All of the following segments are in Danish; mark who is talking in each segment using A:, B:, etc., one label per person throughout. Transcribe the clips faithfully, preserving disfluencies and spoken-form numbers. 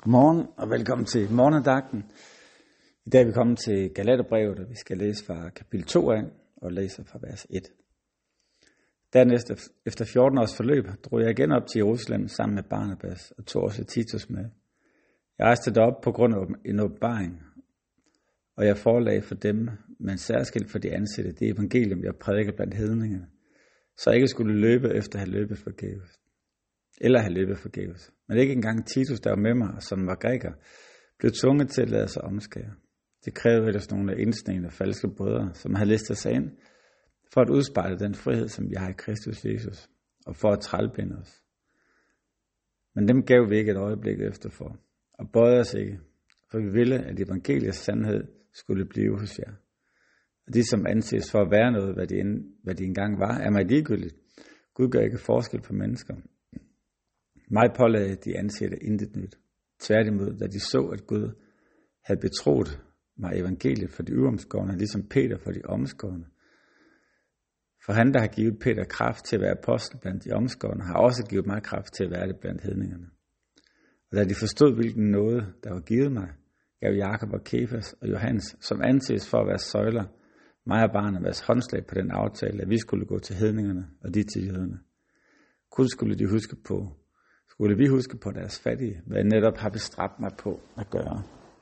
A: Godmorgen og velkommen til morgenandagten. I dag er vi kommet til Galaterbrevet, og vi skal læse fra kapitel to af og læse fra vers et. Dernæst efter fjorten års forløb drog jeg igen op til Jerusalem sammen med Barnabas og tog også Titus med. Jeg rejste derop på grund af en åbenbaring, og jeg forelagde for dem, men særskilt for de ansatte, det evangelium, jeg prædiker blandt hedningerne, så jeg ikke skulle løbe efter at have løbet forgæves. Eller have løbet forgæves. Men ikke engang Titus, der var med mig, som var græker, blev tvunget til at lade sig omskære. Det krævede ellers nogle indsnegende falske brødre, som havde listet sig ind, for at udspejle den frihed, som vi har i Kristus Jesus, og for at trælbinde os. Men dem gav vi ikke et øjeblik efter for, og bøjede os ikke, for vi ville, at evangeliets sandhed skulle blive hos jer. Og de, som anses for at være noget, hvad de, en, hvad de engang var, er mig ligegyldigt. Gud gør ikke forskel på mennesker. Mig pålagde de ansatte intet nyt. Tværtimod, da de så, at Gud havde betroet mig evangeliet for de uomskårne, ligesom Peter for de omskårne. For han, der har givet Peter kraft til at være apostel blandt de omskårne, har også givet mig kraft til at være det blandt hedningerne. Og da de forstod, hvilken nåde, der var givet mig, gav Jakob og Kefas og Johannes, som anses for at være søjler, mig og Barnabas håndslag på den aftale, at vi skulle gå til hedningerne og de til jøderne. Kun skulle de huske på, skulle vi huske på deres fattige, hvad jeg netop har bestræbt mig på at gøre.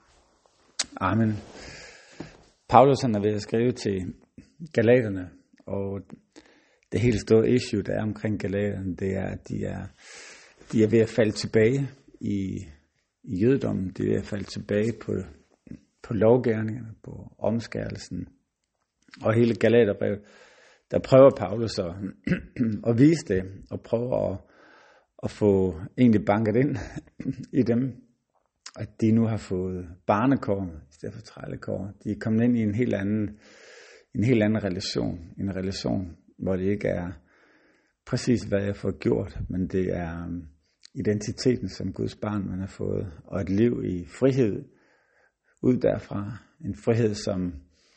A: Amen. Paulus han er ved at skrive til galaterne, og det helt store issue, der er omkring galaterne, det er, at de er, de er ved at falde tilbage i, i jødedommen. De er ved at falde tilbage på, på lovgerningerne, på omskærelsen. Og hele Galaterbrevet, der prøver Paulus at, at vise det, og prøver at og få egentlig banket ind i dem, at de nu har fået barnekår i stedet for trælekår. De er kommet ind i en helt anden, en helt anden relation. En relation, hvor det ikke er præcis, hvad jeg får gjort, men det er identiteten som Guds barn, man har fået, og et liv i frihed ud derfra. En frihed, som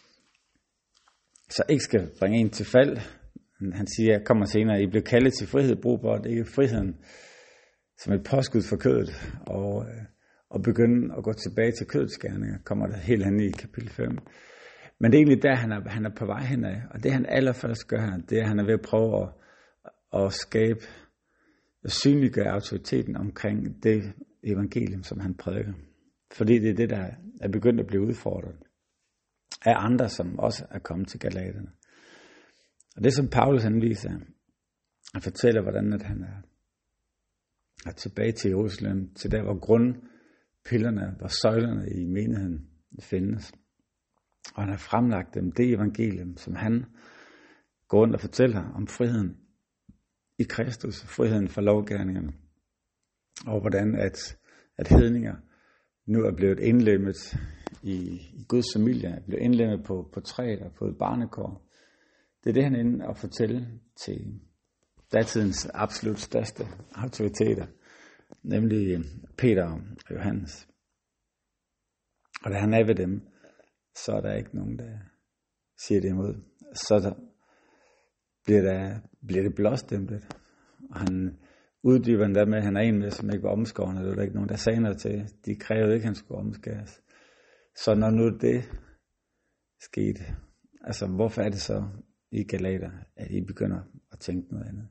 A: så ikke skal bringe en til fald. Han siger, jeg kommer senere, I blev kaldet til frihed, brug for det, ikke friheden som et påskud for kødet, og, og begynde at gå tilbage til kødets gerninger, kommer der helt hen i kapitel fem. Men det er egentlig der, han er, han er på vej henad, og det han allerførst gør her, det er, at han er ved at prøve at, at skabe, at synliggøre autoriteten omkring det evangelium, som han prædiker. Fordi det er det, der er begyndt at blive udfordret af andre, som også er kommet til Galaterne. Og det som Paulus anviser, han fortæller, hvordan at han er, er tilbage til Jerusalem, til der hvor grundpillerne, hvor søjlerne i menigheden findes. Og han har fremlagt dem det evangelium, som han går rundt og fortæller om friheden i Kristus, friheden for lovgerningerne, og hvordan at, at hedninger nu er blevet indlemmet i, i Guds familie, er blevet indlemmet på, på træet og på et barnekår. Det er det, han er inde og fortælle til datidens absolut største autoriteter, nemlig Peter og Johannes. Og da han er ved dem, så er der ikke nogen, der siger det imod. Så der bliver, der, bliver det blåstemplet. Og han uddyber endda med, at han er en med, som ikke var omskåren, og det var der ikke nogen, der sagde noget til. De krævede ikke, at han skulle omskæres. Så når nu det skete, altså hvorfor er det så i Galater, at I begynder at tænke noget andet?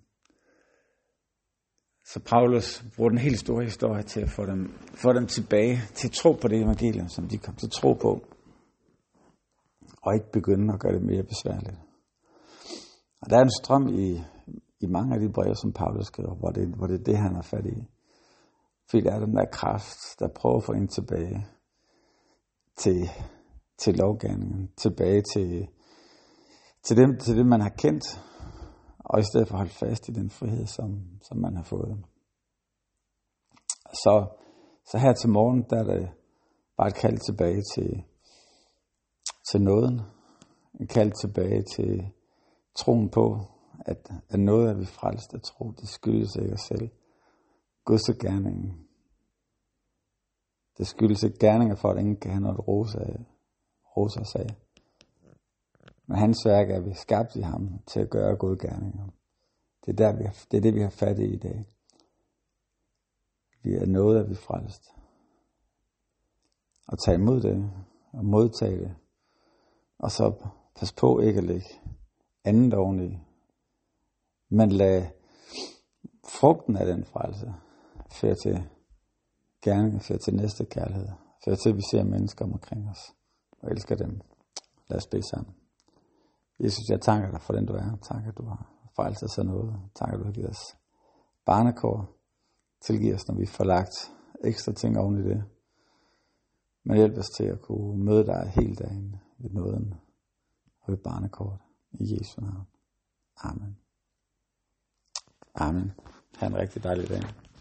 A: Så Paulus bruger den helt store historie til at få dem, få dem tilbage til at tro på det evangelium, som de kom til at tro på, og ikke begynde at gøre det mere besværligt. Og der er en strøm i, i mange af de breve, som Paulus skriver, hvor det, hvor det er det, han er fat i. Fordi der er den der kraft, der prøver at få en tilbage til, til lovgærningen, tilbage til, til, det, til det, man har kendt, og i stedet for at holde fast i den frihed, som, som man har fået. Så, så her til morgen, der er det bare et kald tilbage til, til nåden. Et kald tilbage til troen på, at, at noget er vi frelst at tro. Det skyldes ikke os selv. Guds gerning. Det skyldes ikke gerninger for, at ingen kan have noget rose af, rose os af. Men hans værk er vi skabt i ham til at gøre gode gerninger. Det er, der, vi har, det er det, vi har fat i i dag. Vi er noget, at vi frelst. og tage imod det, og modtage det. Og så pas på ikke at lægge andet oveni. Men lad frugten af den frelse føre til gerning, føre til næste kærlighed. Føre til, at vi ser mennesker omkring os og elsker dem. Lad os bede sammen. Jesus, jeg takker dig for den, du er. Tak, at du har frelset sig noget. Tak, at du har givet os barnekår. Tilgiv os, når vi får lagt ekstra ting oven i det. Men hjælp os til at kunne møde dig hele dagen ved nåden og ved barnekort. I Jesu navn. Amen. Amen. Ha' en rigtig dejlig dag.